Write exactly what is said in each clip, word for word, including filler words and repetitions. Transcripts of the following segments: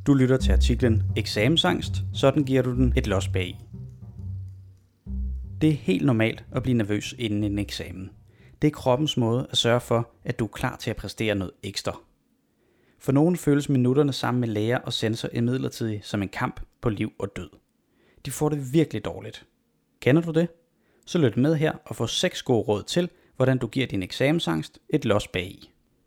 Du lytter til artiklen Eksamensangst, sådan giver du den et los bag. Det er helt normalt at blive nervøs inden en eksamen. Det er kroppens måde at sørge for, at du er klar til at præstere noget ekstra. For nogen føles minutterne sammen med lærer og sensor imidlertid som en kamp på liv og død. De får det virkelig dårligt. Kender du det? Så lyt med her og få seks gode råd til, hvordan du giver din eksamensangst et los bag.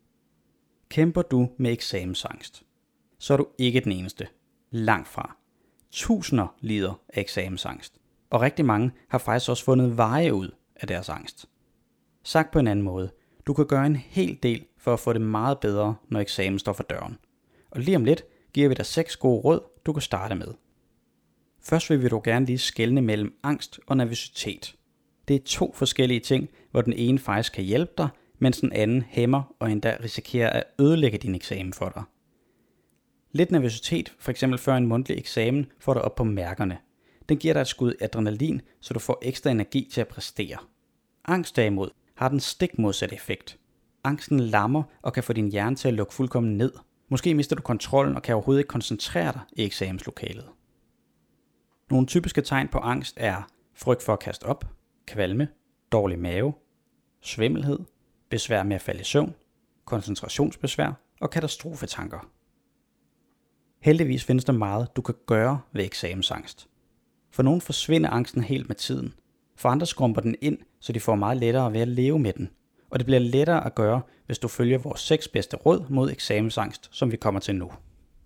Kæmper du med eksamensangst, så er du ikke den eneste. Langt fra. Tusinder lider af eksamensangst, og rigtig mange har faktisk også fundet veje ud af deres angst. Sagt på en anden måde, du kan gøre en hel del for at få det meget bedre, når eksamen står for døren. Og lige om lidt giver vi dig seks gode råd, du kan starte med. Først vil vi dog gerne lige skelne mellem angst og nervøsitet. Det er to forskellige ting, hvor den ene faktisk kan hjælpe dig, mens den anden hæmmer og endda risikerer at ødelægge din eksamen for dig. Lidt nervøsitet, f.eks. før en mundtlig eksamen, får dig op på mærkerne. Den giver dig et skud adrenalin, så du får ekstra energi til at præstere. Angst derimod har den stik modsatte effekt. Angsten lammer og kan få din hjerne til at lukke fuldkommen ned. Måske mister du kontrollen og kan overhovedet ikke koncentrere dig i eksamenslokalet. Nogle typiske tegn på angst er frygt for at kaste op, kvalme, dårlig mave, svimmelhed, besvær med at falde i søvn, koncentrationsbesvær og katastrofetanker. Heldigvis findes der meget, du kan gøre ved eksamensangst. For nogle forsvinder angsten helt med tiden. For andre skrumper den ind, så de får meget lettere ved at leve med den. Og det bliver lettere at gøre, hvis du følger vores seks bedste råd mod eksamensangst, som vi kommer til nu.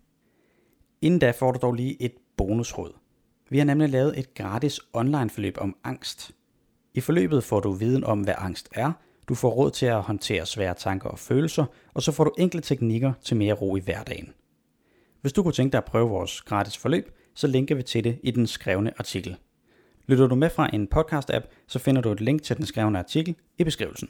Inden da får du dog lige et bonusråd. Vi har nemlig lavet et gratis online forløb om angst. I forløbet får du viden om, hvad angst er, du får råd til at håndtere svære tanker og følelser, og så får du enkle teknikker til mere ro i hverdagen. Hvis du kunne tænke dig at prøve vores gratis forløb, så linker vi til det i den skrevne artikel. Lytter du med fra en podcast-app, så finder du et link til den skrevne artikel i beskrivelsen.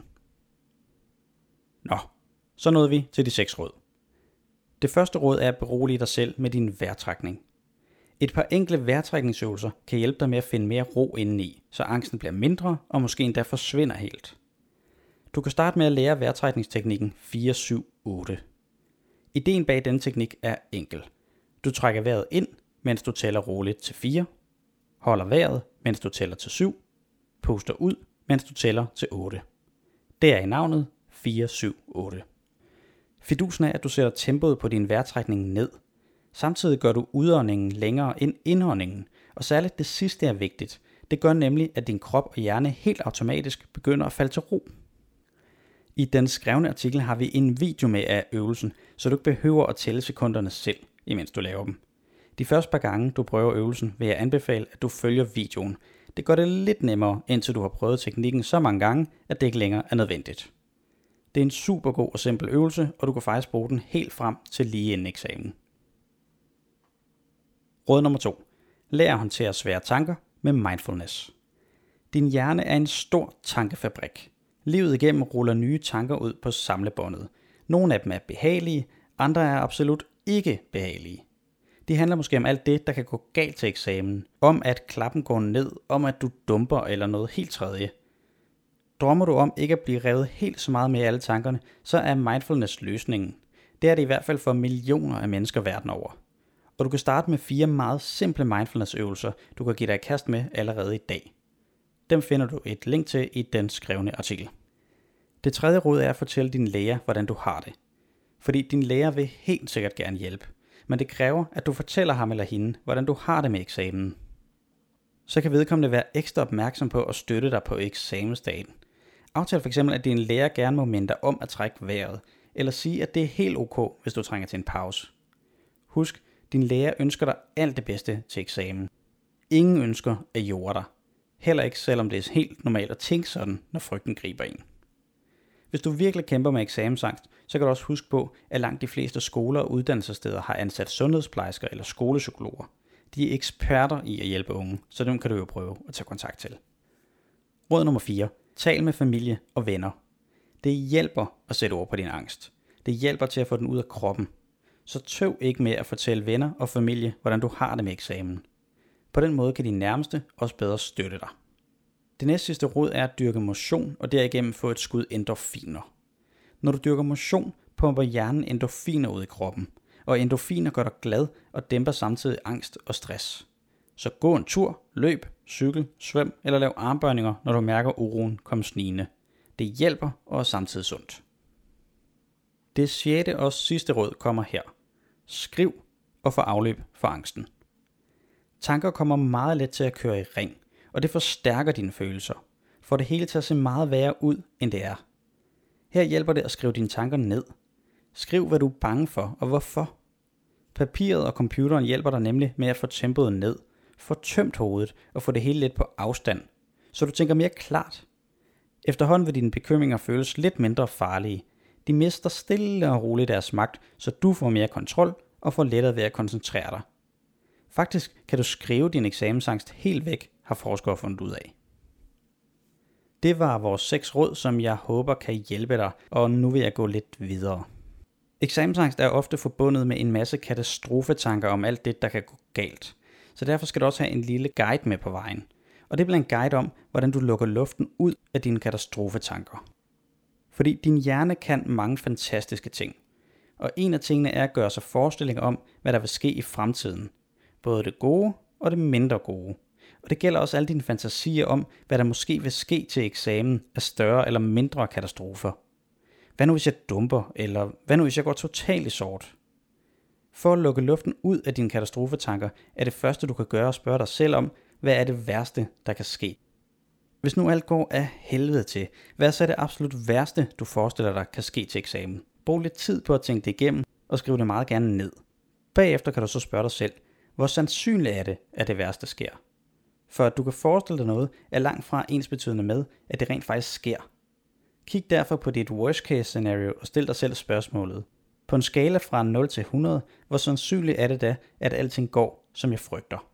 Nå, så nåede vi til de seks råd. Det første råd er at berolige dig selv med din vejrtrækning. Et par enkle vejrtrækningsøvelser kan hjælpe dig med at finde mere ro indeni, så angsten bliver mindre og måske endda forsvinder helt. Du kan starte med at lære vejrtrækningsteknikken fire syv otte. Ideen bag denne teknik er enkel. Du trækker vejret ind, mens du tæller roligt til fire, holder vejret, mens du tæller til syv, puster ud, mens du tæller til otte. Det er i navnet fire syv otte. Fidusen er, at du sætter tempoet på din vejrtrækning ned. Samtidig gør du udåndingen længere end indåndingen, og særligt det sidste er vigtigt. Det gør nemlig, at din krop og hjerne helt automatisk begynder at falde til ro. I den skrevne artikel har vi en video med af øvelsen, så du ikke behøver at tælle sekunderne selv, imens du laver dem. De første par gange, du prøver øvelsen, vil jeg anbefale, at du følger videoen. Det gør det lidt nemmere, indtil du har prøvet teknikken så mange gange, at det ikke længere er nødvendigt. Det er en super god og simpel øvelse, og du kan faktisk bruge den helt frem til lige inden eksamen. Råd nummer to. Lær at håndtere svære tanker med mindfulness. Din hjerne er en stor tankefabrik. Livet igennem ruller nye tanker ud på samlebåndet. Nogle af dem er behagelige, andre er absolut ikke behagelige. De handler måske om alt det, der kan gå galt til eksamen. Om at klappen går ned, om at du dumper eller noget helt tredje. Drømmer du om ikke at blive revet helt så meget med i alle tankerne, så er mindfulness løsningen. Det er det i hvert fald for millioner af mennesker verden over. Og du kan starte med fire meget simple mindfulness øvelser, du kan give dig et kast med allerede i dag. Dem finder du et link til i den skrevne artikel. Det tredje råd er at fortælle din lærer, hvordan du har det. Fordi din lærer vil helt sikkert gerne hjælpe, men det kræver, at du fortæller ham eller hende, hvordan du har det med eksamen. Så kan vedkommende være ekstra opmærksom på at støtte dig på eksamensdagen. Aftal for eksempel, at din lærer gerne må minde dig om at trække vejret, eller sige, at det er helt ok, hvis du trænger til en pause. Husk, din lærer ønsker dig alt det bedste til eksamen. Ingen ønsker at jorde dig. Heller ikke selvom det er helt normalt at tænke sådan, når frygten griber en. Hvis du virkelig kæmper med eksamensangst, så kan du også huske på, at langt de fleste skoler og uddannelsessteder har ansat sundhedsplejersker eller skolepsykologer. De er eksperter i at hjælpe unge, så dem kan du jo prøve at tage kontakt til. Råd nummer fire. Tal med familie og venner. Det hjælper at sætte ord på din angst. Det hjælper til at få den ud af kroppen. Så tøv ikke med at fortælle venner og familie, hvordan du har det med eksamen. På den måde kan de nærmeste også bedre støtte dig. Det næste sidste råd er at dyrke motion og derigennem få et skud endorfiner. Når du dyrker motion, pumper hjernen endorfiner ud i kroppen, og og endorfiner gør dig glad og dæmper samtidig angst og stress. Så gå en tur, løb, cykel, svøm eller lav armbøjninger, når du mærker uroen komme snigende. Det hjælper og er samtidig sundt. Det sjette og sidste råd kommer her. Skriv og få afløb for angsten. Tanker kommer meget let til at køre i ring, og det forstærker dine følelser. Får det hele til at se meget værre ud, end det er. Her hjælper det at skrive dine tanker ned. Skriv, hvad du er bange for og hvorfor. Papiret og computeren hjælper dig nemlig med at få tempoet ned, få tømt hovedet og få det hele lidt på afstand, så du tænker mere klart. Efterhånden vil dine bekymringer føles lidt mindre farlige. De mister stille og roligt deres magt, så du får mere kontrol og får lettere ved at koncentrere dig. Faktisk kan du skrive din eksamensangst helt væk, har forskere fundet ud af. Det var vores seks råd, som jeg håber kan hjælpe dig, og nu vil jeg gå lidt videre. Eksamensangst er ofte forbundet med en masse katastrofetanker om alt det, der kan gå galt. Så derfor skal du også have en lille guide med på vejen. Og det bliver en guide om, hvordan du lukker luften ud af dine katastrofetanker. Fordi din hjerne kan mange fantastiske ting. Og en af tingene er at gøre sig forestillinger om, hvad der vil ske i fremtiden. Både det gode og det mindre gode. Og det gælder også alle dine fantasier om, hvad der måske vil ske til eksamen af større eller mindre katastrofer. Hvad nu hvis jeg dumper, eller hvad nu hvis jeg går totalt i sort? For at lukke luften ud af dine katastrofetanker, er det første du kan gøre at spørge dig selv om, hvad er det værste, der kan ske? Hvis nu alt går af helvede til, hvad er så det absolut værste, du forestiller dig kan ske til eksamen? Brug lidt tid på at tænke det igennem, og skriv det meget gerne ned. Bagefter kan du så spørge dig selv, hvor sandsynligt er det, at det værste sker? For at du kan forestille dig noget, er langt fra ensbetydende med, at det rent faktisk sker. Kig derfor på dit worst case scenario og stil dig selv spørgsmålet. På en skala fra nul til hundrede, hvor sandsynligt er det da, at alting går, som jeg frygter?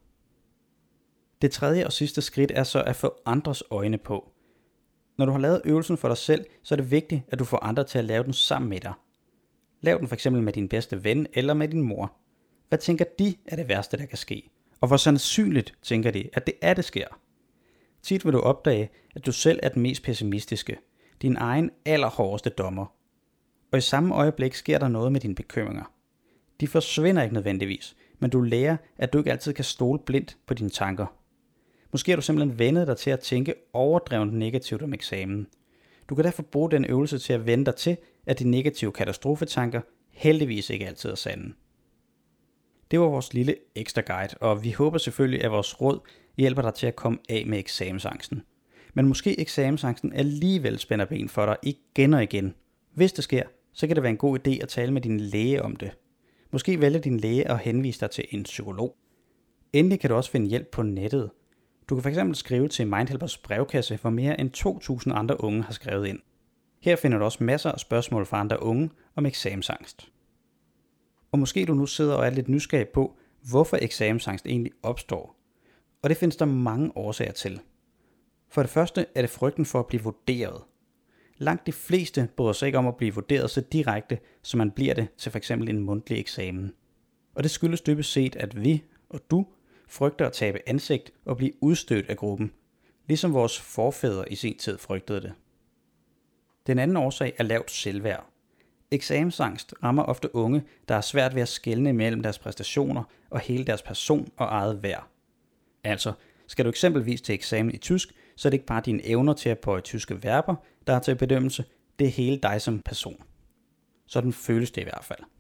Det tredje og sidste skridt er så at få andres øjne på. Når du har lavet øvelsen for dig selv, så er det vigtigt, at du får andre til at lave den sammen med dig. Lav den fx med din bedste ven eller med din mor. Hvad tænker de er det værste, der kan ske? Og hvor sandsynligt tænker de, at det er, det sker? Tit vil du opdage, at du selv er den mest pessimistiske. Din egen allerhårdeste dommer. Og i samme øjeblik sker der noget med dine bekymringer. De forsvinder ikke nødvendigvis, men du lærer, at du ikke altid kan stole blindt på dine tanker. Måske har du simpelthen vendet dig til at tænke overdrevent negativt om eksamen. Du kan derfor bruge den øvelse til at vende dig til, at de negative katastrofetanker heldigvis ikke altid er sande. Det var vores lille ekstra guide, og vi håber selvfølgelig, at vores råd hjælper dig til at komme af med eksamensangsten. Men måske eksamensangsten alligevel spænder ben for dig igen og igen. Hvis det sker, så kan det være en god idé at tale med din læge om det. Måske vælger din læge at henvise dig til en psykolog. Endelig kan du også finde hjælp på nettet. Du kan fx skrive til Mindhelpers brevkasse, hvor mere end to tusind andre unge har skrevet ind. Her finder du også masser af spørgsmål fra andre unge om eksamensangst. Og måske du nu sidder og er lidt nysgerrig på, hvorfor eksamensangst egentlig opstår. Og det findes der mange årsager til. For det første er det frygten for at blive vurderet. Langt de fleste bryder sig ikke om at blive vurderet så direkte, som man bliver det til f.eks. en mundtlig eksamen. Og det skyldes dybest set, at vi og du frygter at tabe ansigt og blive udstødt af gruppen, ligesom vores forfædre i sin tid frygtede det. Den anden årsag er lavt selvværd. Eksamensangst rammer ofte unge, der er svært ved at skelne mellem deres præstationer og hele deres person og eget værd. Altså, skal du eksempelvis til eksamen i tysk, så er det ikke bare dine evner til at bøje tyske verber, der er til bedømmelse, det er hele dig som person. Sådan føles det i hvert fald.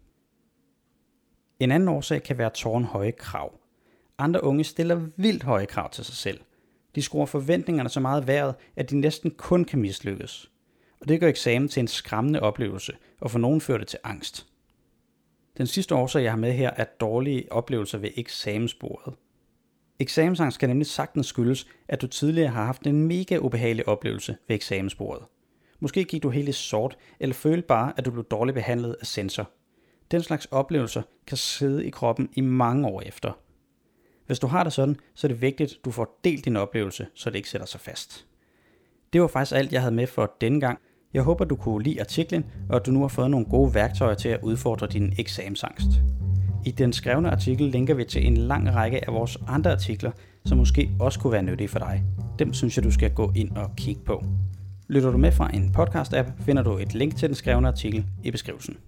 En anden årsag kan være tårnhøje krav. Andre unge stiller vildt høje krav til sig selv. De skruer forventningerne så meget i vejret, at de næsten kun kan mislykkes. Og det gør eksamen til en skræmmende oplevelse, og for nogen fører det til angst. Den sidste årsag, jeg har med her, er dårlige oplevelser ved eksamensbordet. Eksamensangst kan nemlig sagtens skyldes, at du tidligere har haft en mega ubehagelig oplevelse ved eksamensbordet. Måske gik du helt i sort, eller følte bare, at du blev dårligt behandlet af censor. Den slags oplevelser kan sidde i kroppen i mange år efter. Hvis du har det sådan, så er det vigtigt, at du får delt din oplevelse, så det ikke sætter sig fast. Det var faktisk alt, jeg havde med for denne gang. Jeg håber, du kunne lide artiklen, og at du nu har fået nogle gode værktøjer til at udfordre din eksamensangst. I den skrevne artikel linker vi til en lang række af vores andre artikler, som måske også kunne være nyttige for dig. Dem synes jeg, du skal gå ind og kigge på. Lytter du med fra en podcast-app, finder du et link til den skrevne artikel i beskrivelsen.